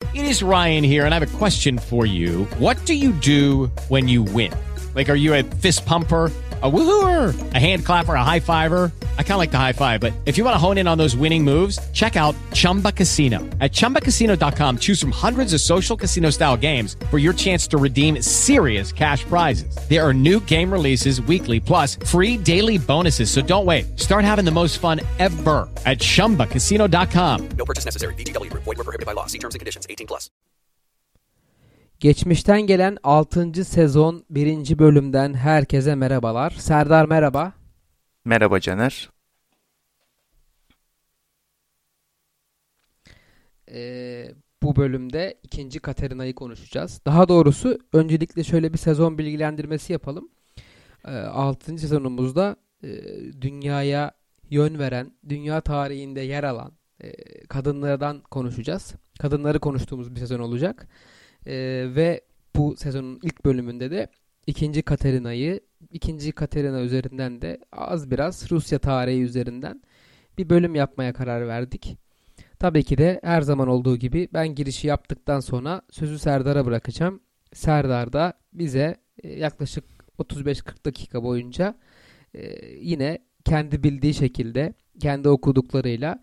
It is Ryan here, and I have a question for you. What do you do when you win? Like, are you a fist pumper, a woohooer, a hand clapper, a high fiver? I kind of like the high five, but if you want to hone in on those winning moves, check out Chumba Casino. At ChumbaCasino.com, choose from hundreds of social casino-style games for your chance to redeem serious cash prizes. There are new game releases weekly, plus free daily bonuses, so don't wait. Start having the most fun ever at ChumbaCasino.com. No purchase necessary. VGW Group. Void where prohibited by law. See terms and conditions. 18+. Geçmişten gelen 6. sezon 1. bölümden herkese merhabalar. Serdar merhaba. Merhaba Caner. Bu bölümde 2. Katerina'yı konuşacağız. Daha doğrusu öncelikle şöyle bir sezon bilgilendirmesi yapalım. 6. sezonumuzda dünyaya yön veren, dünya tarihinde yer alan kadınlardan konuşacağız. Kadınları konuştuğumuz bir sezon olacak. Ve bu sezonun ilk bölümünde de 2. Katerina üzerinden de az biraz Rusya tarihi üzerinden bir bölüm yapmaya karar verdik. Tabii ki de her zaman olduğu gibi ben girişi yaptıktan sonra sözü Serdar'a bırakacağım. Serdar da bize yaklaşık 35-40 dakika boyunca yine kendi bildiği şekilde, kendi okuduklarıyla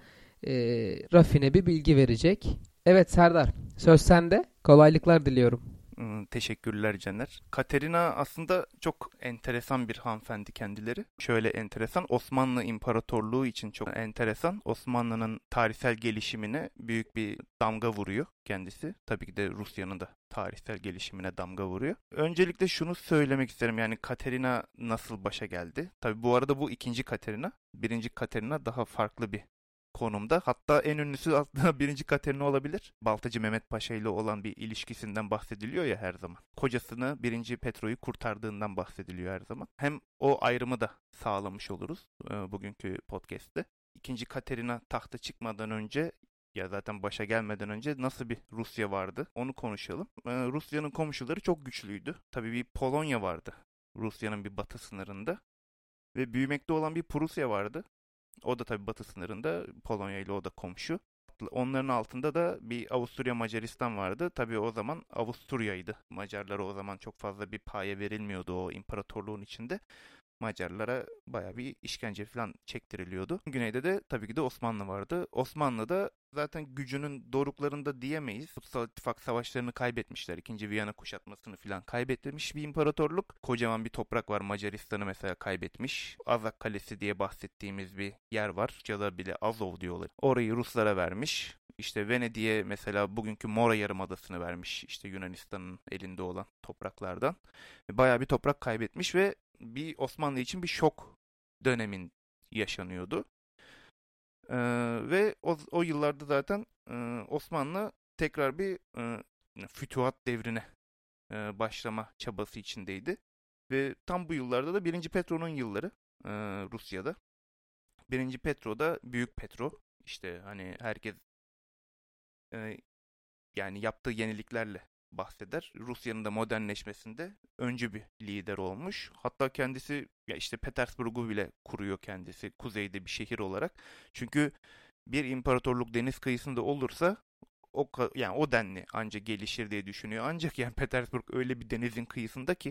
rafine bir bilgi verecek. Evet Serdar, söz sende. Kolaylıklar diliyorum. Teşekkürler Caner. Katerina aslında çok enteresan bir hanımefendi kendileri. Şöyle enteresan, Osmanlı İmparatorluğu için çok enteresan. Osmanlı'nın tarihsel gelişimine büyük bir damga vuruyor kendisi. Tabii ki de Rusya'nın da tarihsel gelişimine damga vuruyor. Öncelikle şunu söylemek isterim, yani Katerina nasıl başa geldi? Tabii bu arada bu 2. Katerina. 1. Katerina daha farklı bir konumda. Hatta en ünlüsü aslında 1. Katerina olabilir. Baltacı Mehmet Paşa ile olan bir ilişkisinden bahsediliyor ya her zaman. Kocasını 1. Petro'yu kurtardığından bahsediliyor her zaman. Hem o ayrımı da sağlamış oluruz bugünkü podcast'te. 2. Katerina tahta çıkmadan önce, ya zaten başa gelmeden önce nasıl bir Rusya vardı onu konuşalım. Rusya'nın komşuları çok güçlüydü. Tabii bir Polonya vardı Rusya'nın bir batı sınırında. Ve büyümekte olan bir Prusya vardı. O da tabii batı sınırında, Polonya ile o da komşu. Onların altında da bir Avusturya Macaristan vardı. Tabii o zaman Avusturya'ydı. Macarlara o zaman çok fazla bir paye verilmiyordu o imparatorluğun içinde. Macarlara bayağı bir işkence falan çektiriliyordu. Güneyde de tabii ki de Osmanlı vardı. Osmanlı da zaten gücünün doruklarında diyemeyiz. Kutsal İttifak savaşlarını kaybetmişler. 2. Viyana kuşatmasını falan kaybetmiş bir imparatorluk. Kocaman bir toprak var. Macaristan'ı mesela kaybetmiş. Azak Kalesi diye bahsettiğimiz bir yer var. Ya da bile Azov diyorlar. Orayı Ruslara vermiş. İşte Venedik'e mesela bugünkü Mora Yarımadası'nı vermiş. İşte Yunanistan'ın elinde olan topraklardan. Bayağı bir toprak kaybetmiş ve bir Osmanlı için bir şok dönemin yaşanıyordu. Ve o yıllarda zaten Osmanlı tekrar bir fütühat devrine başlama çabası içindeydi. Ve tam bu yıllarda da 1. Petro'nun yılları Rusya'da. 1. Petro da Büyük Petro. İşte hani herkes yani yaptığı yeniliklerle bahseder. Rusya'nın da modernleşmesinde öncü bir lider olmuş. Hatta kendisi ya işte Petersburg'u bile kuruyor kendisi kuzeyde bir şehir olarak. Çünkü bir imparatorluk deniz kıyısında olursa yani o denli ancak gelişir diye düşünüyor. Ancak yani Petersburg öyle bir denizin kıyısında ki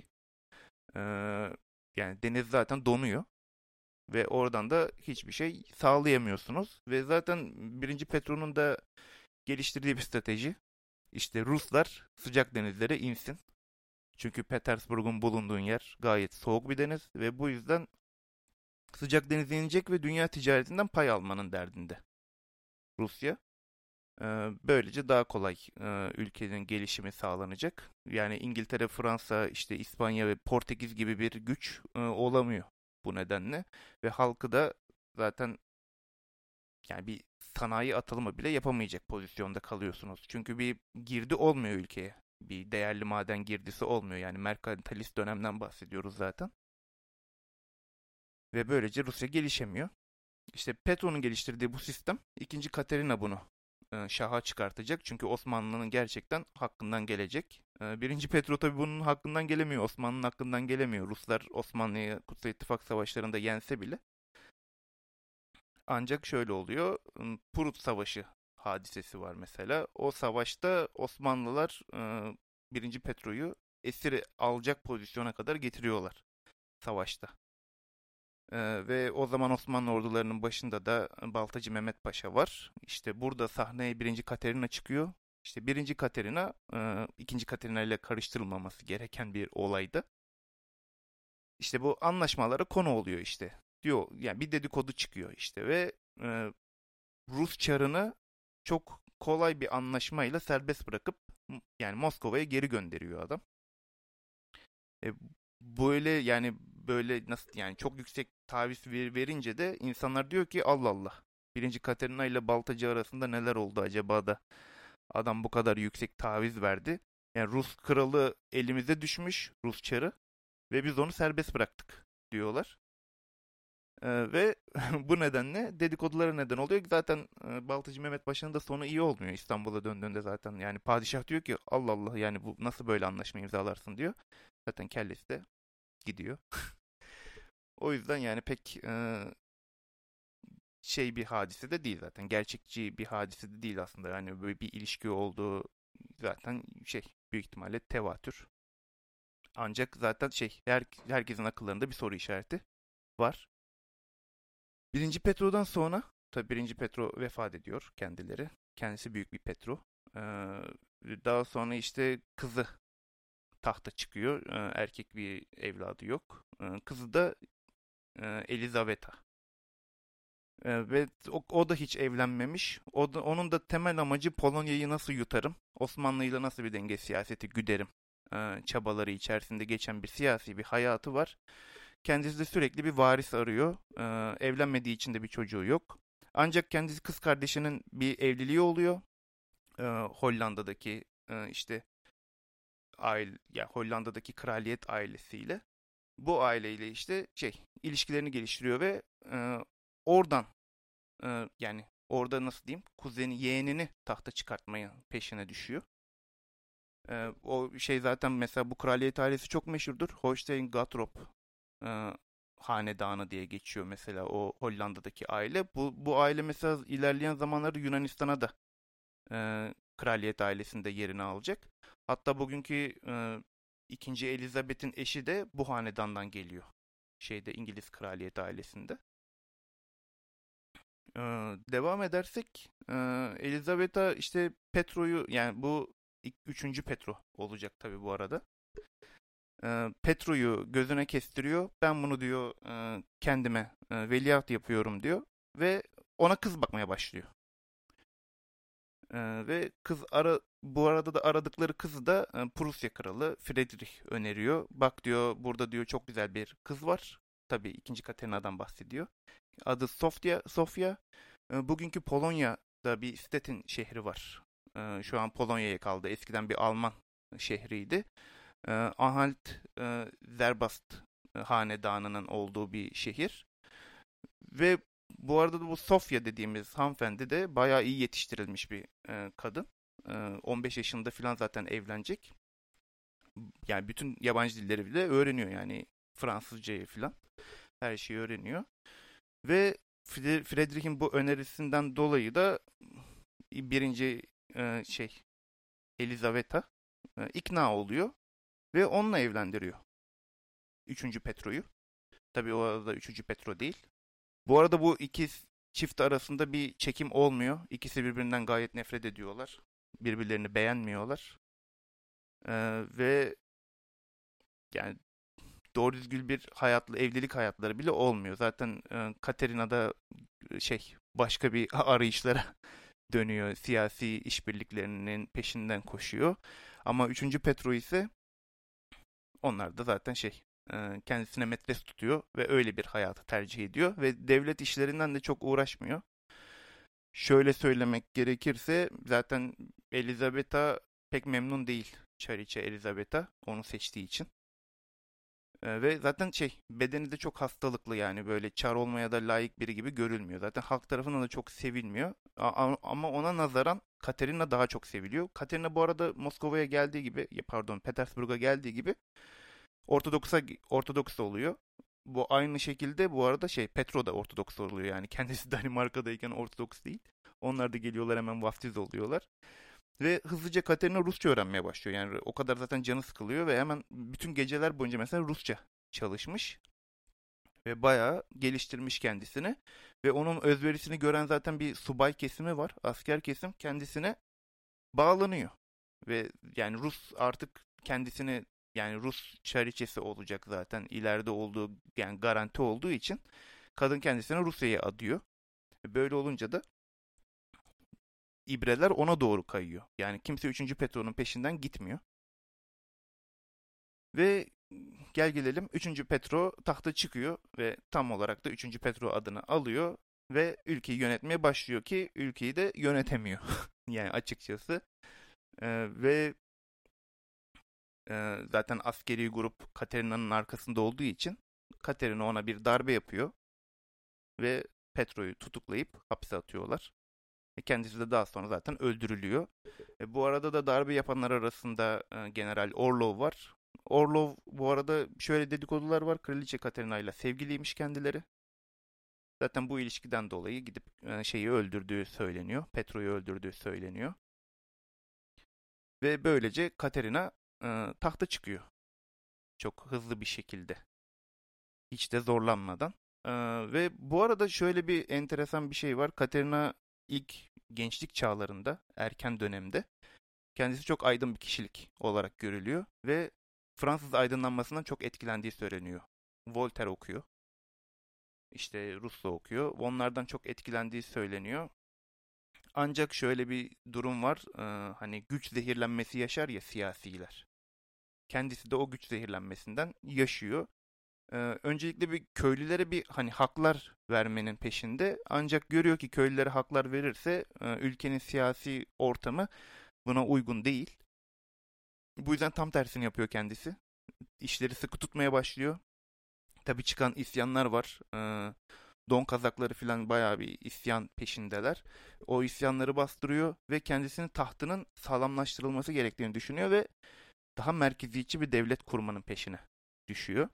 yani deniz zaten donuyor ve oradan da hiçbir şey sağlayamıyorsunuz. Ve zaten 1. Petro'nun da geliştirdiği bir strateji. İşte Ruslar sıcak denizlere insin. Çünkü Petersburg'un bulunduğu yer gayet soğuk bir deniz ve bu yüzden sıcak denize inecek ve dünya ticaretinden pay almanın derdinde Rusya. Böylece daha kolay ülkenin gelişimi sağlanacak. Yani İngiltere, Fransa, işte İspanya ve Portekiz gibi bir güç olamıyor bu nedenle. Ve halkı da zaten yani bir sanayi atılımı bile yapamayacak pozisyonda kalıyorsunuz. Çünkü bir girdi olmuyor ülkeye. Bir değerli maden girdisi olmuyor. Yani merkantilist dönemden bahsediyoruz zaten. Ve böylece Rusya gelişemiyor. İşte Petro'nun geliştirdiği bu sistem 2. Katerina bunu şaha çıkartacak. Çünkü Osmanlı'nın gerçekten hakkından gelecek. 1. Petro tabii bunun hakkından gelemiyor. Osmanlı'nın hakkından gelemiyor. Ruslar Osmanlı'yı Kutsal İttifak savaşlarında yense bile. Ancak şöyle oluyor. Prut Savaşı hadisesi var mesela. O savaşta Osmanlılar 1. Petro'yu esir alacak pozisyona kadar getiriyorlar savaşta. Ve o zaman Osmanlı ordularının başında da Baltacı Mehmet Paşa var. İşte burada sahneye 1. Katerina çıkıyor. İşte 1. Katerina 2. Katerina ile karıştırılmaması gereken bir olaydı. İşte bu anlaşmalara konu oluyor işte. Diyor yani bir dedikodu çıkıyor işte ve Rus çarını çok kolay bir anlaşmayla serbest bırakıp yani Moskova'ya geri gönderiyor adam. Böyle yani böyle nasıl yani çok yüksek taviz verince de insanlar diyor ki Allah Allah. 1. Katerina ile Baltacı arasında neler oldu acaba da adam bu kadar yüksek taviz verdi. Yani Rus kralı elimize düşmüş, Rus çarı ve biz onu serbest bıraktık diyorlar. Ve bu nedenle dedikodulara neden oluyor. Zaten Baltacı Mehmet Paşa'nın da sonu iyi olmuyor İstanbul'a döndüğünde zaten. Yani padişah diyor ki Allah Allah yani bu nasıl böyle anlaşma imzalarsın diyor. Zaten kellesi de gidiyor. O yüzden yani pek şey bir hadise de değil zaten. Gerçekçi bir hadise de değil aslında. Yani böyle bir ilişki olduğu zaten şey büyük ihtimalle tevatür. Ancak zaten şey herkesin akıllarında bir soru işareti var. 1. Petro'dan sonra tabii 1. Petro vefat ediyor kendileri. Kendisi büyük bir Petro. Daha sonra işte kızı tahta çıkıyor. Erkek bir evladı yok. Kızı da Elizaveta. Ve o da hiç evlenmemiş. Onun da temel amacı Polonya'yı nasıl yutarım, Osmanlı'yla nasıl bir denge siyaseti güderim çabaları içerisinde geçen bir siyasi bir hayatı var. Kendisi de sürekli bir varis arıyor. Evlenmediği için de bir çocuğu yok. Ancak kendisi kız kardeşinin bir evliliği oluyor. Hollanda'daki işte aile, ya Hollanda'daki kraliyet ailesiyle. Bu aileyle işte ilişkilerini geliştiriyor ve oradan yani orada nasıl diyeyim kuzeni yeğenini tahta çıkartmaya peşine düşüyor. O şey zaten mesela bu kraliyet ailesi çok meşhurdur. Holstein-Gottorp hanedanı diye geçiyor mesela o Hollanda'daki aile. Bu aile mesela ilerleyen zamanlarda Yunanistan'a da kraliyet ailesinde yerini alacak. Hatta bugünkü 2. Elizabeth'in eşi de bu hanedandan geliyor. İngiliz kraliyet ailesinde. Devam edersek Elizabeth'a işte Petro'yu yani bu 3. Petro olacak tabii bu arada. Petro'yu gözüne kestiriyor. Ben bunu diyor kendime veliaht yapıyorum diyor. Ve ona kız bakmaya başlıyor. Ve bu arada da aradıkları kızı da Prusya kralı Friedrich öneriyor. Bak diyor burada diyor çok güzel bir kız var. Tabii 2. Katerina'dan bahsediyor. Adı Sofya. Bugünkü Polonya'da bir Stettin şehri var. Şu an Polonya'ya kaldı. Eskiden bir Alman şehriydi. Anhalt-Zerbst hanedanının olduğu bir şehir. Ve bu arada da bu Sofya dediğimiz hanımefendi de bayağı iyi yetiştirilmiş bir kadın. 15 yaşında falan zaten evlenecek. Yani bütün yabancı dilleri bile öğreniyor yani Fransızcayı falan. Her şeyi öğreniyor. Ve Friedrich'in bu önerisinden dolayı da 1. Elizaveta ikna oluyor ve onunla evlendiriyor. 3. Petro'yu. Tabii o arada 3. Petro değil. Bu arada bu iki çift arasında bir çekim olmuyor. İkisi birbirinden gayet nefret ediyorlar. Birbirlerini beğenmiyorlar. Ve yani doğru düzgün bir evlilik hayatları bile olmuyor. Zaten Katerina'da başka bir arayışlara dönüyor. Siyasi işbirliklerinin peşinden koşuyor. Ama 3. Petro ise onlar da zaten kendisine metres tutuyor ve öyle bir hayatı tercih ediyor ve devlet işlerinden de çok uğraşmıyor. Şöyle söylemek gerekirse zaten Elizabeth'a pek memnun değil Çariçe Elizabeth'a onu seçtiği için. Ve zaten bedeni de çok hastalıklı yani böyle çar olmaya da layık biri gibi görülmüyor. Zaten halk tarafından da çok sevilmiyor. Ama ona nazaran Katerina daha çok seviliyor. Katerina bu arada Moskova'ya geldiği gibi Petersburg'a geldiği gibi Ortodoks oluyor. Bu aynı şekilde bu arada Petro da Ortodoks oluyor yani kendisi Danimarka'dayken Ortodoks değil. Onlar da geliyorlar, hemen vaftiz oluyorlar. Ve hızlıca Katerina Rusça öğrenmeye başlıyor. Yani o kadar zaten canı sıkılıyor ve hemen bütün geceler boyunca mesela Rusça çalışmış. Ve bayağı geliştirmiş kendisini. Ve onun özverisini gören zaten bir subay kesimi var. Asker kesim kendisine bağlanıyor. Ve yani Rus artık kendisini, yani Rus çariçesi olacak zaten ileride olduğu, yani garanti olduğu için kadın kendisini Rusya'ya adıyor. Böyle olunca da ibreler ona doğru kayıyor. Yani kimse 3. Petro'nun peşinden gitmiyor. Ve gel gelelim 3. Petro tahta çıkıyor ve tam olarak da 3. Petro adını alıyor ve ülkeyi yönetmeye başlıyor ki ülkeyi de yönetemiyor. Yani açıkçası. Ve zaten askeri grup Katerina'nın arkasında olduğu için Katerina ona bir darbe yapıyor ve Petro'yu tutuklayıp hapse atıyorlar. Kendisi de daha sonra zaten öldürülüyor. Bu arada da darbe yapanlar arasında General Orlov var. Orlov bu arada şöyle dedikodular var. Kraliçe Katerina ile sevgiliymiş kendileri. Zaten bu ilişkiden dolayı gidip şeyi öldürdüğü söyleniyor. Petro'yu öldürdüğü söyleniyor. Ve böylece Katerina tahta çıkıyor. Çok hızlı bir şekilde. Hiç de zorlanmadan. Ve bu arada şöyle bir enteresan bir şey var. Katerina ilk gençlik çağlarında, erken dönemde kendisi çok aydın bir kişilik olarak görülüyor ve Fransız aydınlanmasından çok etkilendiği söyleniyor. Voltaire okuyor. İşte Rousseau okuyor. Onlardan çok etkilendiği söyleniyor. Ancak şöyle bir durum var. Hani güç zehirlenmesi yaşar ya siyasiler. Kendisi de o güç zehirlenmesinden yaşıyor. Öncelikle bir köylülere bir hani haklar vermenin peşinde. Ancak görüyor ki köylülere haklar verirse ülkenin siyasi ortamı buna uygun değil. Bu yüzden tam tersini yapıyor kendisi. İşleri sıkı tutmaya başlıyor. Tabii çıkan isyanlar var. Don kazakları falan bayağı bir isyan peşindeler. O isyanları bastırıyor ve kendisinin tahtının sağlamlaştırılması gerektiğini düşünüyor ve daha merkeziyetçi bir devlet kurmanın peşine düşüyor.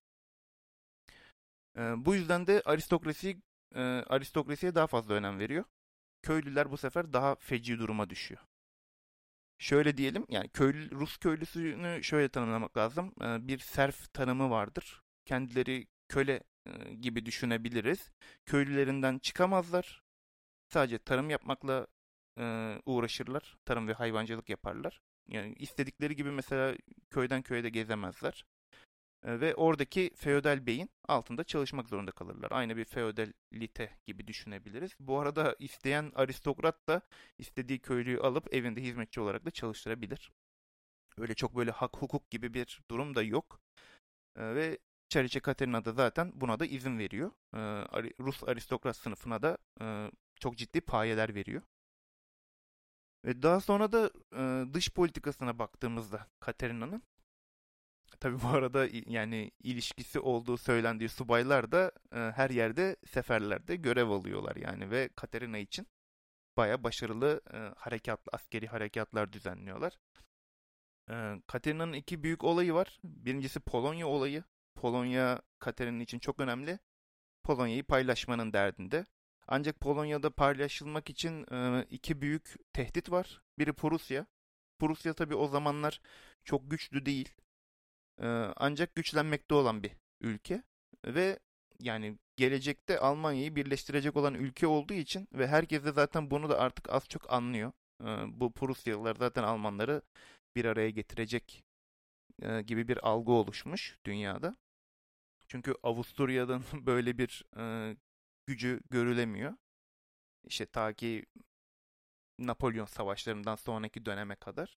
Bu yüzden de aristokrasiye daha fazla önem veriyor. Köylüler bu sefer daha feci duruma düşüyor. Şöyle diyelim, yani Rus köylüsünü şöyle tanımlamak lazım. Bir serf tanımı vardır. Kendileri köle gibi düşünebiliriz. Köylülerinden çıkamazlar. Sadece tarım yapmakla uğraşırlar. Tarım ve hayvancılık yaparlar. Yani istedikleri gibi mesela köyden köye de gezemezler. Ve oradaki feodal beyin altında çalışmak zorunda kalırlar. Aynı bir feodalite gibi düşünebiliriz. Bu arada isteyen aristokrat da istediği köylüyü alıp evinde hizmetçi olarak da çalıştırabilir. Öyle çok böyle hak hukuk gibi bir durum da yok. Ve Çariçe Katerina da zaten buna da izin veriyor. Rus aristokrat sınıfına da çok ciddi payeler veriyor. Ve daha sonra da dış politikasına baktığımızda Katerina'nın, tabii bu arada yani ilişkisi olduğu söylendiği subaylar da her yerde seferlerde görev alıyorlar yani ve Katerina için baya başarılı askeri harekatlar düzenliyorlar. Katerina'nın iki büyük olayı var. Birincisi Polonya olayı. Polonya Katerina için çok önemli. Polonya'yı paylaşmanın derdinde. Ancak Polonya'da paylaşılmak için iki büyük tehdit var. Biri Prusya. Prusya tabii o zamanlar çok güçlü değil. Ancak güçlenmekte olan bir ülke ve yani gelecekte Almanya'yı birleştirecek olan ülke olduğu için ve herkes de zaten bunu da artık az çok anlıyor. Bu Prusyalılar zaten Almanları bir araya getirecek gibi bir algı oluşmuş dünyada. Çünkü Avusturya'dan böyle bir gücü görülemiyor. İşte ta ki Napolyon savaşlarından sonraki döneme kadar.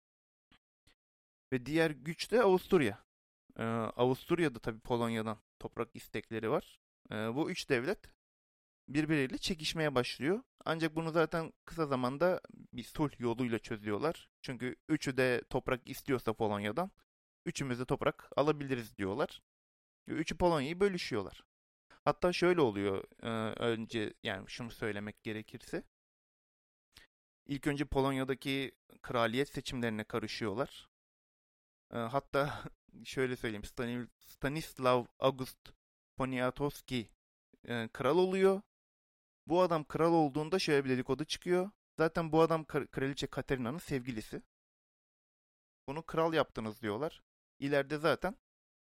Ve diğer güç de Avusturya. Avusturya'da tabii Polonya'dan toprak istekleri var. Bu üç devlet birbiriyle çekişmeye başlıyor. Ancak bunu zaten kısa zamanda bir sulh yoluyla çözüyorlar. Çünkü üçü de toprak istiyorsa Polonya'dan, üçümüz de toprak alabiliriz diyorlar. Üçü Polonya'yı bölüşüyorlar. Hatta şöyle oluyor, önce yani şunu söylemek gerekirse. İlk önce Polonya'daki kraliyet seçimlerine karışıyorlar. Hatta şöyle söyleyeyim, Stanislav August Poniatowski kral oluyor Bu adam kral olduğunda şöyle bir dedikodu çıkıyor. Zaten bu adam Kraliçe Katerina'nın sevgilisi. Bunu kral yaptınız diyorlar. İleride zaten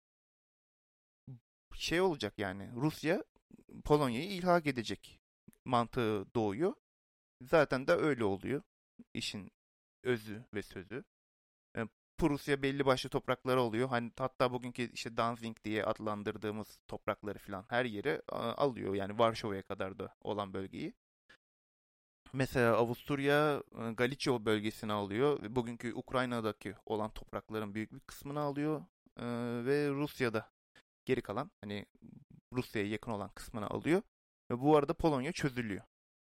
şey olacak yani, Rusya Polonya'yı ilhak edecek mantığı doğuyor. Zaten de öyle oluyor. İşin özü ve sözü. Prusya belli başlı toprakları oluyor. Hani hatta bugünkü işte Danzig diye adlandırdığımız toprakları falan her yeri alıyor. Yani Varşova'ya kadar da olan bölgeyi. Mesela Avusturya Galicia bölgesini alıyor ve bugünkü Ukrayna'daki olan toprakların büyük bir kısmını alıyor. Ve Rusya'da geri kalan, hani Rusya'ya yakın olan kısmını alıyor. Ve bu arada Polonya çözülüyor.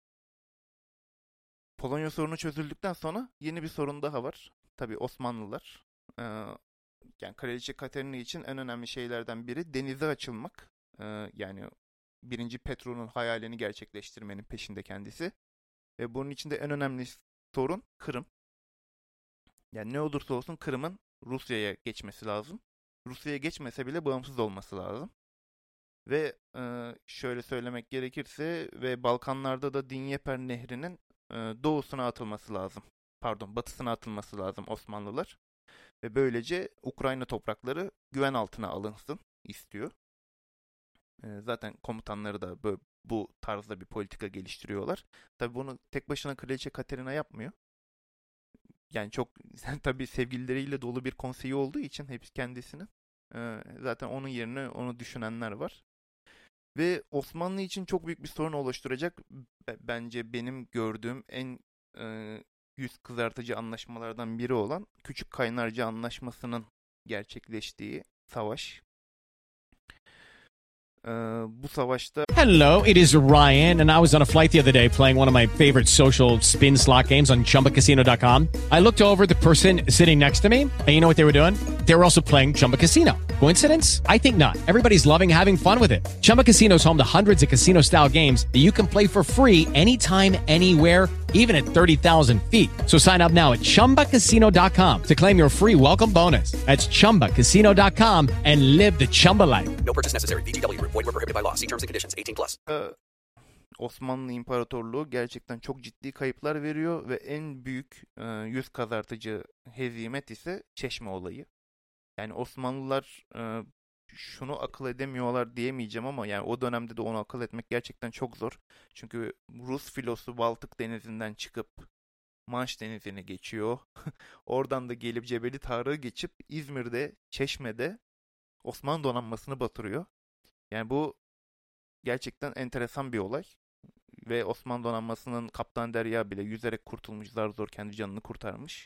Polonya sorunu çözüldükten sonra yeni bir sorun daha var. Tabii Osmanlılar. Ee, Yani Kraliçe Katerina için en önemli şeylerden biri denize açılmak. Yani 1. Petro'nun hayalini gerçekleştirmenin peşinde kendisi. Ve bunun içinde en önemli sorun Kırım. Yani ne olursa olsun Kırım'ın Rusya'ya geçmesi lazım. Rusya'ya geçmese bile bağımsız olması lazım. Ve şöyle söylemek gerekirse ve Balkanlarda da Dinyeper Nehri'nin doğusuna atılması lazım. Pardon, batısına atılması lazım Osmanlılar. Ve böylece Ukrayna toprakları güven altına alınsın istiyor. Zaten komutanları da bu tarzda bir politika geliştiriyorlar. Tabii bunu tek başına Kraliçe Katerina yapmıyor. Yani çok tabii sevgilileriyle dolu bir konseyi olduğu için hepsi kendisinin. Zaten onun yerine onu düşünenler var. Ve Osmanlı için çok büyük bir sorun oluşturacak bence benim gördüğüm en yüz kızartıcı anlaşmalardan biri olan Küçük Kaynarca Anlaşması'nın gerçekleştiği savaş. Bu savaşta... Hello, it is Ryan, and I was on a flight the other day playing one of my favorite social spin slot games on ChumbaCasino.com. I looked over at the person sitting next to me, and you know what they were doing? They were also playing Chumba Casino. Coincidence? I think not. Everybody's loving having fun with it. Chumba Casino is home to hundreds of casino-style games that you can play for free anytime, anywhere, even at 30,000 feet. So sign up now at ChumbaCasino.com to claim your free welcome bonus. That's ChumbaCasino.com and live the Chumba life. No purchase necessary. VGW Group. Void were prohibited by law. See terms and conditions. 18 plus. Osmanlı İmparatorluğu gerçekten çok ciddi kayıplar veriyor ve en büyük yüz kazartıcı hezimet ise Çeşme olayı. Yani Osmanlılar şunu akıl edemiyorlar diyemeyeceğim ama yani o dönemde de onu akıl etmek gerçekten çok zor. Çünkü Rus filosu Baltık Denizi'nden çıkıp Manş Denizi'ne geçiyor. Oradan da gelip Cebeli Tarık'ı geçip İzmir'de, Çeşme'de Osmanlı donanmasını batırıyor. Yani bu gerçekten enteresan bir olay. Ve Osmanlı donanmasının Kaptan Derya bile yüzerek kurtulmuş, zar zor kendi canını kurtarmış.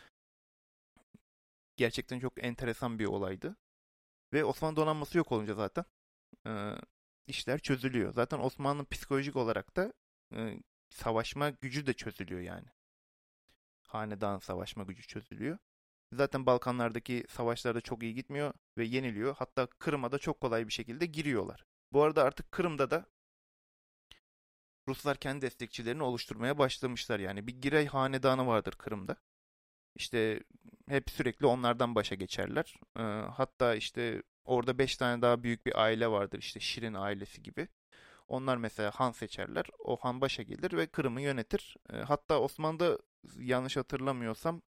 Gerçekten çok enteresan bir olaydı. Ve Osmanlı donanması yok olunca zaten işler çözülüyor. Zaten Osmanlı psikolojik olarak da savaşma gücü de çözülüyor yani. Hanedan savaşma gücü çözülüyor. Zaten Balkanlardaki savaşlarda çok iyi gitmiyor ve yeniliyor. Hatta Kırım'a da çok kolay bir şekilde giriyorlar. Bu arada artık Kırım'da da Ruslar kendi destekçilerini oluşturmaya başlamışlar. Yani bir Girey hanedanı vardır Kırım'da. İşte hep sürekli onlardan başa geçerler. Hatta işte orada 5 tane daha büyük bir aile vardır. İşte Şirin ailesi gibi. Onlar mesela han seçerler. O han başa gelir ve Kırım'ı yönetir. Hatta Osmanlı'da yanlış hatırlamıyorsam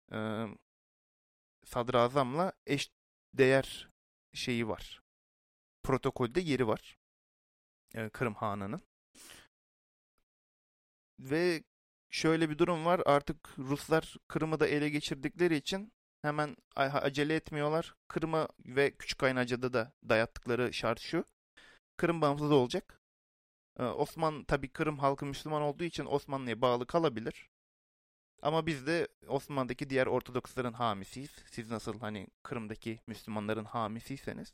sadrazamla eş değer şeyi var. Protokolde yeri var. Kırım Hanı'nın. Ve şöyle bir durum var. Artık Ruslar Kırım'ı da ele geçirdikleri için hemen acele etmiyorlar. Kırım'a ve Küçükkaynarca'da da dayattıkları şart şu: Kırım bağımsız olacak. Tabii Kırım halkı Müslüman olduğu için Osmanlı'ya bağlı kalabilir. Ama biz de Osmanlı'daki diğer Ortodoksların hamisiyiz. Siz nasıl hani Kırım'daki Müslümanların hamisiyseniz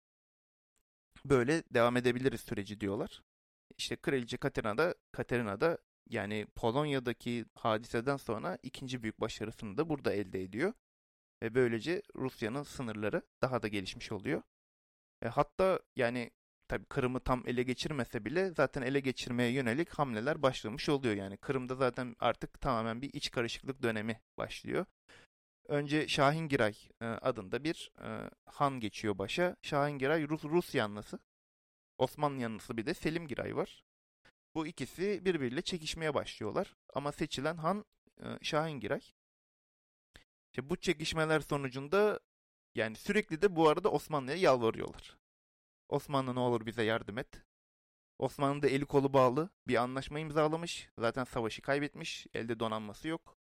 böyle devam edebiliriz süreci diyorlar. İşte Kraliçe Katerina da yani Polonya'daki hadiseden sonra ikinci büyük başarısını da burada elde ediyor. Ve böylece Rusya'nın sınırları daha da gelişmiş oluyor. Hatta yani tabii Kırım'ı tam ele geçirmese bile zaten ele geçirmeye yönelik hamleler başlamış oluyor. Yani Kırım'da zaten artık tamamen bir iç karışıklık dönemi başlıyor. Önce Şahingiray adında bir han geçiyor başa. Şahingiray Rus yanlısı. Osmanlı yanlısı bir de Selimgiray var. Bu ikisi birbiriyle çekişmeye başlıyorlar. Ama seçilen han Şahingiray. İşte bu çekişmeler sonucunda yani sürekli de bu arada Osmanlı'ya yalvarıyorlar. Osmanlı ne olur bize yardım et. Osmanlı da eli kolu bağlı bir anlaşma imzalamış. Zaten savaşı kaybetmiş. Elde donanması yok.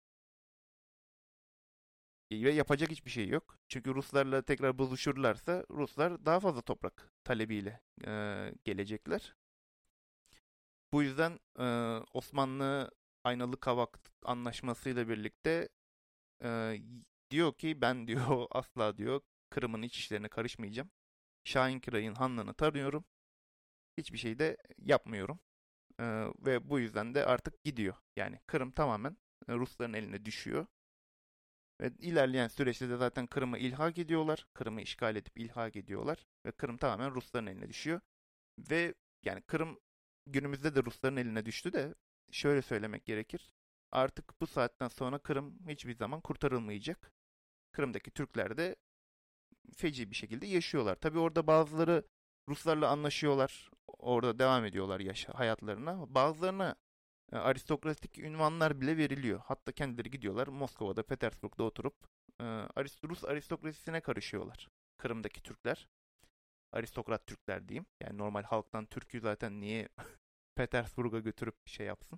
Ve yapacak hiçbir şey yok. Çünkü Ruslarla tekrar buluşurlarsa Ruslar daha fazla toprak talebiyle gelecekler. Bu yüzden Osmanlı Aynalı Kavak anlaşmasıyla birlikte diyor ki ben diyor asla diyor Kırım'ın iç işlerine karışmayacağım. Şahinkiray'ın hanlığını tanıyorum. Hiçbir şey de yapmıyorum. Ve bu yüzden de artık gidiyor. Yani Kırım tamamen Rusların eline düşüyor. Ve ilerleyen süreçte de zaten Kırım'ı ilhak ediyorlar. Kırım'ı işgal edip ilhak ediyorlar. Ve Kırım tamamen Rusların eline düşüyor. Ve yani Kırım günümüzde de Rusların eline düştü de şöyle söylemek gerekir. Artık bu saatten sonra Kırım hiçbir zaman kurtarılmayacak. Kırım'daki Türkler de feci bir şekilde yaşıyorlar. Tabii orada bazıları Ruslarla anlaşıyorlar. Orada devam ediyorlar hayatlarına. Bazılarına aristokratik ünvanlar bile veriliyor. Hatta kendileri gidiyorlar Moskova'da, Petersburg'da oturup Rus aristokrasisine karışıyorlar. Kırım'daki Türkler. Aristokrat Türkler diyeyim. Yani normal halktan Türk'ü zaten niye Petersburg'a götürüp şey yapsın.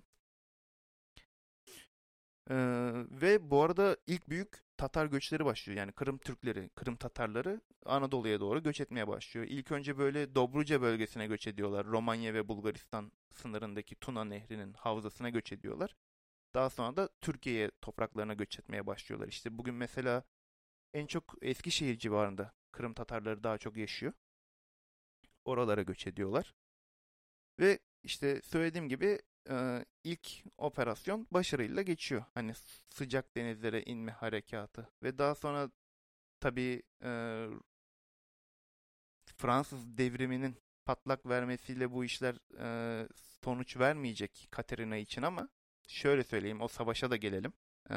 Ve bu arada ilk büyük Tatar göçleri başlıyor. Yani Kırım Türkleri, Kırım Tatarları Anadolu'ya doğru göç etmeye başlıyor. İlk önce böyle Dobruca bölgesine göç ediyorlar. Romanya ve Bulgaristan sınırındaki Tuna Nehri'nin havzasına göç ediyorlar. Daha sonra da Türkiye'ye topraklarına göç etmeye başlıyorlar. İşte bugün mesela en çok Eskişehir civarında Kırım Tatarları daha çok yaşıyor. Oralara göç ediyorlar. Ve işte söylediğim gibi ilk operasyon başarıyla geçiyor. Hani sıcak denizlere inme harekatı. Ve daha sonra tabii Fransız devriminin patlak vermesiyle bu işler sonuç vermeyecek Katerina için ama şöyle söyleyeyim o savaşa da gelelim.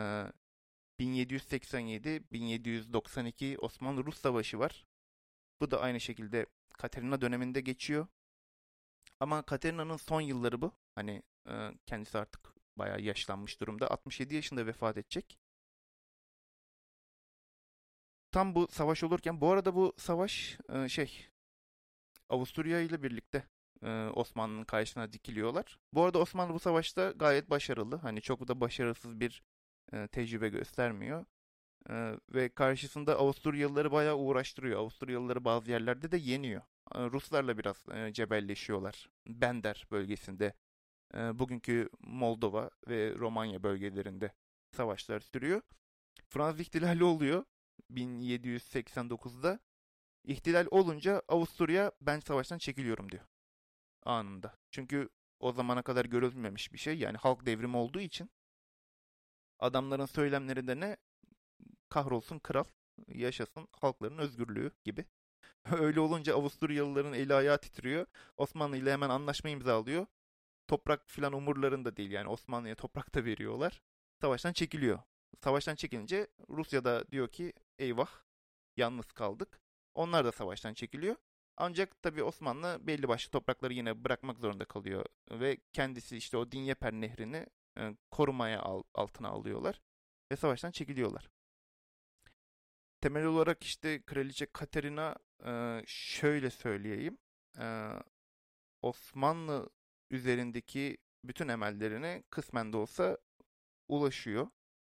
1787-1792 Osmanlı-Rus Savaşı var. Bu da aynı şekilde Katerina döneminde geçiyor. Ama Katerina'nın son yılları bu. Hani kendisi artık bayağı yaşlanmış durumda. 67 yaşında vefat edecek. Tam bu savaş olurken bu arada bu savaş Avusturya ile birlikte Osmanlı'nın karşısına dikiliyorlar. Bu arada Osmanlı bu savaşta gayet başarılı. Hani çok da başarısız bir tecrübe göstermiyor. Ve karşısında Avusturyalıları bayağı uğraştırıyor. Avusturyalıları bazı yerlerde de yeniyor. Ruslarla biraz cebelleşiyorlar. Bender bölgesinde, bugünkü Moldova ve Romanya bölgelerinde savaşlar sürüyor. Fransız ihtilali oluyor 1789'da. İhtilal olunca Avusturya ben savaştan çekiliyorum diyor anında. Çünkü o zamana kadar görülmemiş bir şey. Yani halk devrimi olduğu için adamların söylemleri de ne? Kahrolsun kral, yaşasın halkların özgürlüğü gibi. Öyle olunca Avusturyalıların eli ayağı titriyor. Osmanlı ile hemen anlaşma imzalıyor. Toprak filan umurlarında değil yani Osmanlı'ya toprak da veriyorlar. Savaştan çekiliyor. Savaştan çekilince Rusya da diyor ki eyvah yalnız kaldık. Onlar da savaştan çekiliyor. Ancak tabii Osmanlı belli başlı toprakları yine bırakmak zorunda kalıyor. Ve kendisi işte o Dinyeper nehrini korumaya altına alıyorlar. Ve savaştan çekiliyorlar. Temel olarak işte Kraliçe Katerina şöyle söyleyeyim. Osmanlı üzerindeki bütün emellerine kısmen de olsa ulaşıyor.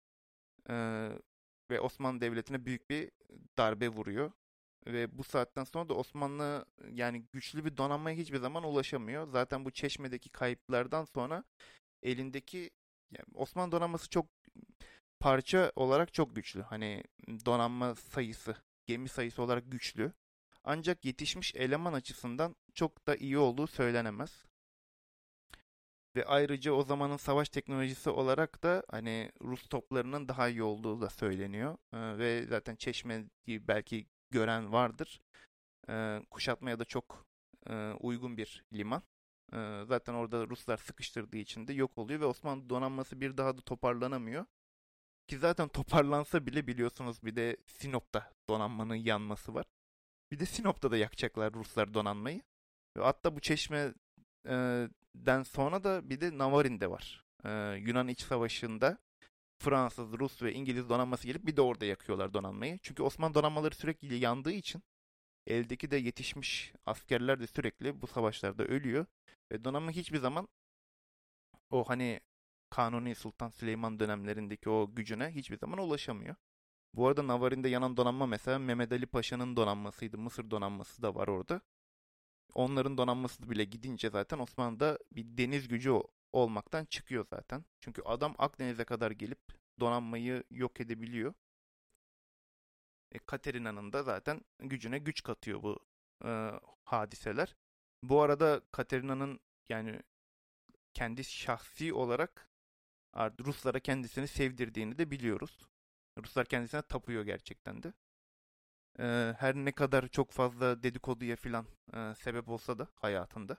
Ve Osmanlı Devleti'ne büyük bir darbe vuruyor. Ve bu saatten sonra da Osmanlı yani güçlü bir donanmaya hiçbir zaman ulaşamıyor. Zaten bu Çeşme'deki kayıplardan sonra elindeki yani Osmanlı donanması çok parça olarak çok güçlü. Hani donanma sayısı, gemi sayısı olarak güçlü. Ancak yetişmiş eleman açısından çok da iyi olduğu söylenemez. Ve ayrıca o zamanın savaş teknolojisi olarak da hani Rus toplarının daha iyi olduğu da söyleniyor. Ve zaten Çeşme'yi belki gören vardır. Kuşatmaya da çok uygun bir liman. Zaten orada Ruslar sıkıştırdığı için de yok oluyor ve Osmanlı donanması bir daha da toparlanamıyor. Ki zaten toparlansa bile biliyorsunuz bir de Sinop'ta donanmanın yanması var. Bir de Sinop'ta da yakacaklar Ruslar donanmayı. Ve hatta bu Çeşme Navarin'den sonra da bir de Navarin'de var. Yunan İç Savaşı'nda Fransız, Rus ve İngiliz donanması gelip bir de orada yakıyorlar donanmayı. Çünkü Osmanlı donanmaları sürekli yandığı için eldeki de yetişmiş askerler de sürekli bu savaşlarda ölüyor. Ve donanma hiçbir zaman o hani Kanuni Sultan Süleyman dönemlerindeki o gücüne hiçbir zaman ulaşamıyor. Bu arada Navarin'de yanan donanma mesela Mehmet Ali Paşa'nın donanmasıydı. Mısır donanması da var orada. Onların donanması bile gidince zaten Osmanlı'da bir deniz gücü olmaktan çıkıyor zaten. Çünkü adam Akdeniz'e kadar gelip donanmayı yok edebiliyor. Katerina'nın da zaten gücüne güç katıyor bu hadiseler. Bu arada Katerina'nın yani kendi şahsi olarak Ruslara kendisini sevdirdiğini de biliyoruz. Ruslar kendisine tapıyor gerçekten de. Her ne kadar çok fazla dedikoduya filan sebep olsa da hayatında.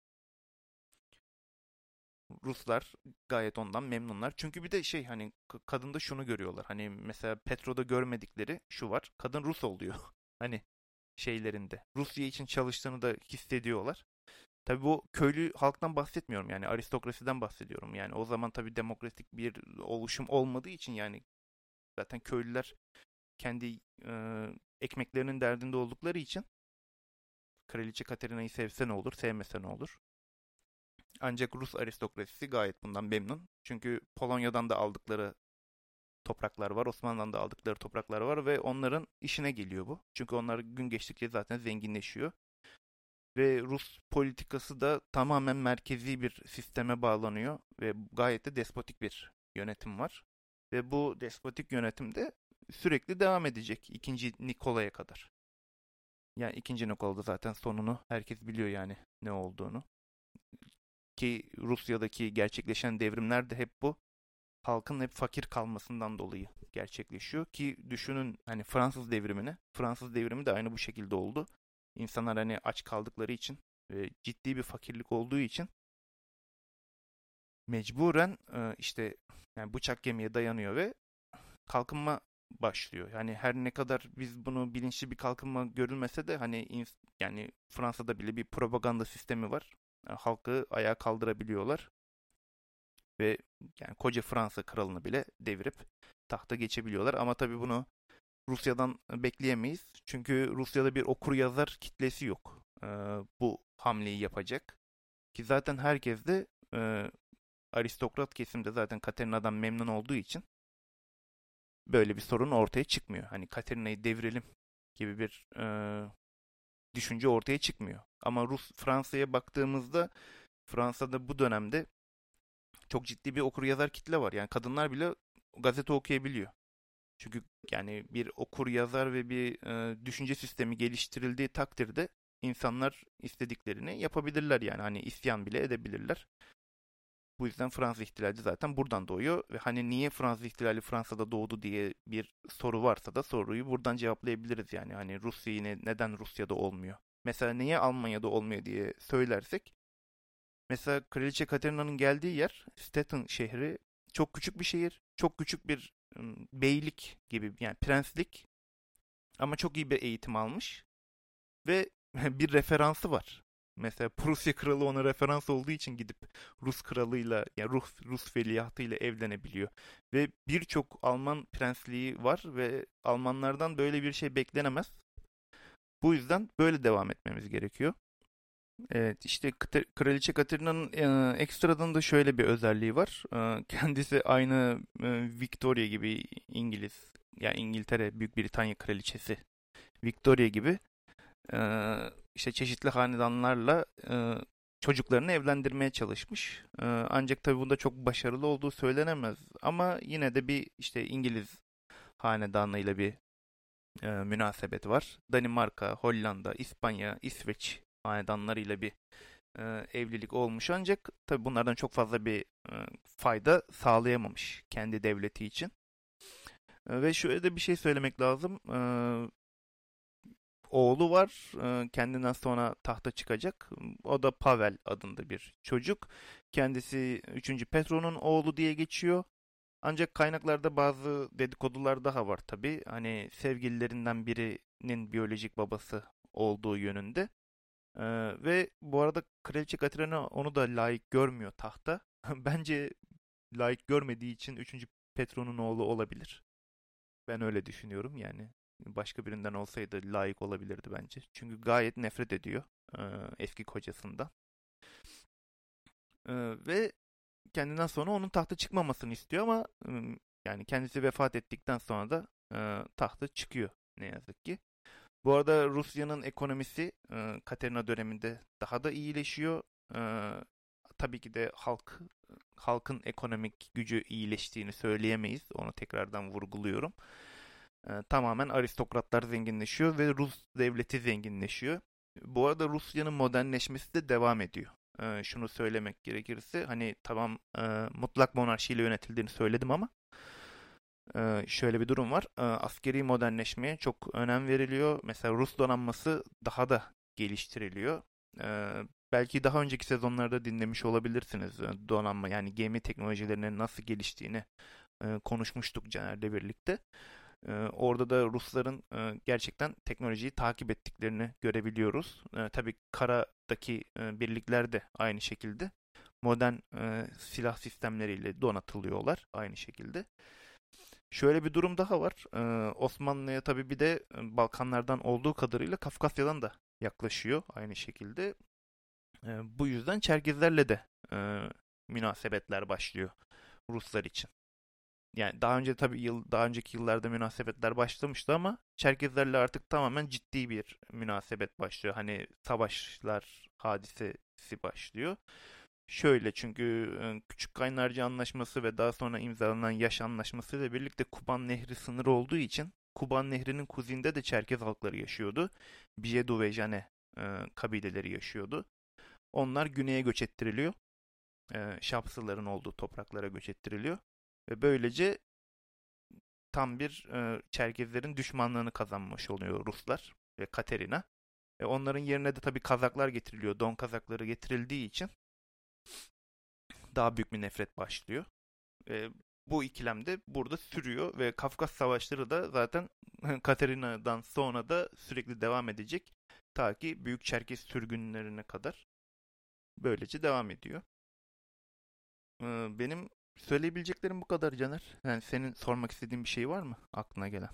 Ruslar gayet ondan memnunlar. Çünkü bir de şey hani kadında şunu görüyorlar. Hani mesela Petro'da görmedikleri şu var. Kadın Rus oluyor. Hani şeylerinde. Rusya için çalıştığını da hissediyorlar. Tabii bu köylü halktan bahsetmiyorum yani aristokrasiden bahsediyorum. Yani o zaman tabii demokratik bir oluşum olmadığı için yani zaten köylüler kendi ekmeklerinin derdinde oldukları için Kraliçe Katerina'yı sevse ne olur, sevmese ne olur. Ancak Rus aristokrasisi gayet bundan memnun. Çünkü Polonya'dan da aldıkları topraklar var, Osmanlı'dan da aldıkları topraklar var ve onların işine geliyor bu. Çünkü onlar gün geçtikçe zaten zenginleşiyor. Ve Rus politikası da tamamen merkezi bir sisteme bağlanıyor ve gayet de despotik bir yönetim var. Ve bu despotik yönetim de sürekli devam edecek 2. Nikola'ya kadar. Yani 2. Nikola'da zaten sonunu herkes biliyor yani ne olduğunu. Ki Rusya'daki gerçekleşen devrimler de hep bu halkın hep fakir kalmasından dolayı gerçekleşiyor. Ki düşünün hani Fransız devrimi de aynı bu şekilde oldu. İnsanlar hani aç kaldıkları için ve ciddi bir fakirlik olduğu için mecburen işte yani bıçak kemiğe dayanıyor ve kalkınma başlıyor. Yani her ne kadar biz bunu bilinçli bir kalkınma görülmese de hani yani Fransa'da bile bir propaganda sistemi var. Yani halkı ayağa kaldırabiliyorlar ve yani koca Fransa kralını bile devirip tahta geçebiliyorlar. Ama tabii bunu Rusya'dan bekleyemeyiz. Çünkü Rusya'da bir okur yazar kitlesi yok. Bu hamleyi yapacak. Ki zaten herkes de aristokrat kesimde zaten Katerina'dan memnun olduğu için böyle bir sorun ortaya çıkmıyor. Hani Katerina'yı devirelim gibi bir düşünce ortaya çıkmıyor. Ama Fransa'ya baktığımızda Fransa'da bu dönemde çok ciddi bir okur yazar kitle var. Yani kadınlar bile gazete okuyabiliyor. Çünkü yani bir okur yazar ve bir düşünce sistemi geliştirildiği takdirde insanlar istediklerini yapabilirler yani hani isyan bile edebilirler. Bu yüzden Fransız ihtilali zaten buradan doğuyor ve hani niye Fransız ihtilali Fransa'da doğdu diye bir soru varsa da soruyu buradan cevaplayabiliriz yani hani Rusya yine neden Rusya'da olmuyor? Mesela niye Almanya'da olmuyor diye söylersek mesela Kraliçe Katerina'nın geldiği yer Stettin şehri çok küçük bir şehir, çok küçük bir beylik gibi yani prenslik ama çok iyi bir eğitim almış ve bir referansı var. Mesela Prusya kralı ona referans olduğu için gidip Rus kralıyla yani Rus veliahtıyla evlenebiliyor. Ve birçok Alman prensliği var ve Almanlardan böyle bir şey beklenemez. Bu yüzden böyle devam etmemiz gerekiyor. Evet işte Kraliçe Katerina'nın ekstradan da şöyle bir özelliği var. Kendisi aynı Victoria gibi İngiliz yani İngiltere Büyük Britanya Kraliçesi Victoria gibi işte çeşitli hanedanlarla çocuklarını evlendirmeye çalışmış. Ancak tabii bunda çok başarılı olduğu söylenemez. Ama yine de bir işte İngiliz hanedanıyla bir münasebet var. Danimarka, Hollanda, İspanya, İsveç hanedanlarıyla bir evlilik olmuş. Ancak tabii bunlardan çok fazla bir fayda sağlayamamış kendi devleti için. Ve şöyle de bir şey söylemek lazım. Oğlu var. Kendinden sonra tahta çıkacak. O da Pavel adında bir çocuk. Kendisi 3. Petro'nun oğlu diye geçiyor. Ancak kaynaklarda bazı dedikodular daha var tabii. Hani sevgililerinden birinin biyolojik babası olduğu yönünde. Ve bu arada Kraliçe Katerina onu da layık görmüyor tahta. Bence layık görmediği için 3. Petron'un oğlu olabilir. Ben öyle düşünüyorum yani. Başka birinden olsaydı layık olabilirdi bence. Çünkü gayet nefret ediyor eski kocasından. Ve kendinden sonra onun tahta çıkmamasını istiyor ama yani kendisi vefat ettikten sonra da tahta çıkıyor ne yazık ki. Bu arada Rusya'nın ekonomisi Katerina döneminde daha da iyileşiyor. Tabii ki de halkın ekonomik gücü iyileştiğini söyleyemeyiz. Onu tekrardan vurguluyorum. Tamamen aristokratlar zenginleşiyor ve Rus devleti zenginleşiyor. Bu arada Rusya'nın modernleşmesi de devam ediyor. Şunu söylemek gerekirse hani tamam mutlak monarşiyle yönetildiğini söyledim ama şöyle bir durum var. Askeri modernleşmeye çok önem veriliyor. Mesela Rus donanması daha da geliştiriliyor. Belki daha önceki sezonlarda dinlemiş olabilirsiniz. Donanma yani gemi teknolojilerinin nasıl geliştiğini konuşmuştuk Caner'le birlikte. Orada da Rusların gerçekten teknolojiyi takip ettiklerini görebiliyoruz. Tabii karadaki birlikler de aynı şekilde modern silah sistemleriyle donatılıyorlar aynı şekilde. Şöyle bir durum daha var. Osmanlı'ya tabii bir de Balkanlardan olduğu kadarıyla Kafkasya'dan da yaklaşıyor aynı şekilde. Bu yüzden Çerkezlerle de münasebetler başlıyor Ruslar için. Yani daha önce tabii daha önceki yıllarda münasebetler başlamıştı ama Çerkezlerle artık tamamen ciddi bir münasebet başlıyor. Hani savaşlar hadisesi başlıyor. Şöyle çünkü Küçük Kaynarca Anlaşması ve daha sonra imzalanan Yaş Anlaşması ile birlikte Kuban Nehri sınırı olduğu için Kuban Nehri'nin kuzeyinde de Çerkez halkları yaşıyordu. Bijedu ve Jane kabileleri yaşıyordu. Onlar güneye göç ettiriliyor. Şapsıların olduğu topraklara göç ettiriliyor. Ve böylece tam bir Çerkezlerin düşmanlığını kazanmış oluyor Ruslar ve Katerina. Ve onların yerine de tabii Kazaklar getiriliyor. Don Kazakları getirildiği için daha büyük bir nefret başlıyor. Bu ikilem de burada sürüyor ve Kafkas Savaşları da zaten Katerina'dan sonra da sürekli devam edecek. Ta ki Büyük Çerkez sürgünlerine kadar böylece devam ediyor. Benim söyleyebileceklerim bu kadar Caner. Yani senin sormak istediğin bir şey var mı aklına gelen?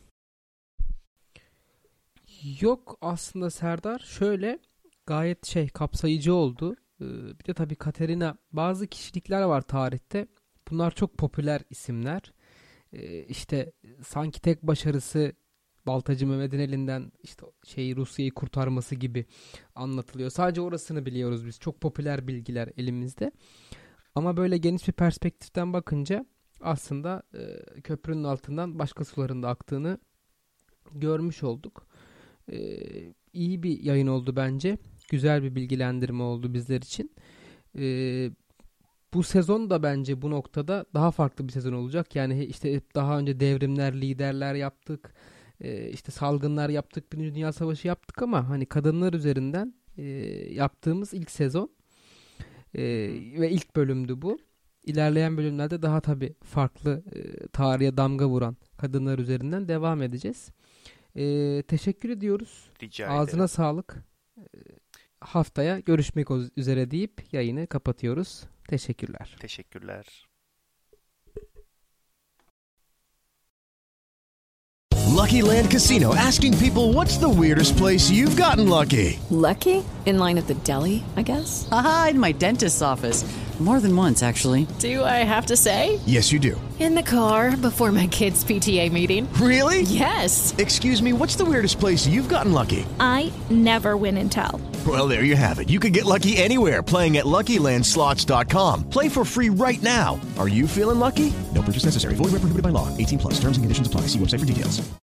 Yok aslında Serdar. Şöyle gayet kapsayıcı oldu. Bir de tabii Katerina, bazı kişilikler var tarihte. Bunlar çok popüler isimler. İşte sanki tek başarısı Baltacı Mehmet'in elinden işte Rusya'yı kurtarması gibi anlatılıyor. Sadece orasını biliyoruz biz. Çok popüler bilgiler elimizde. Ama böyle geniş bir perspektiften bakınca aslında köprünün altından başka suların da aktığını görmüş olduk. İyi bir yayın oldu bence. Güzel bir bilgilendirme oldu bizler için. Bu sezon da bence bu noktada daha farklı bir sezon olacak. Yani işte daha önce devrimler, liderler yaptık. İşte salgınlar yaptık. Birinci Dünya Savaşı yaptık ama hani kadınlar üzerinden yaptığımız ilk sezon. Ve ilk bölümdü bu. İlerleyen bölümlerde daha tabii farklı tarihe damga vuran kadınlar üzerinden devam edeceğiz. Teşekkür ediyoruz. Rica Ağzına ederim. sağlık. Haftaya görüşmek üzere deyip yayını kapatıyoruz. Teşekkürler. Teşekkürler. Lucky Land Casino, asking people, what's the weirdest place you've gotten lucky? Lucky? In line at the deli, I guess? Aha, in my dentist's office. More than once, actually. Do I have to say? Yes, you do. In the car before my kids' PTA meeting. Really? Yes. Excuse me, what's the weirdest place you've gotten lucky? I never win and tell. Well, there you have it. You can get lucky anywhere, playing at LuckyLandSlots.com. Play for free right now. Are you feeling lucky? No purchase necessary. Void where prohibited by law. 18+. Terms and conditions apply. See website for details.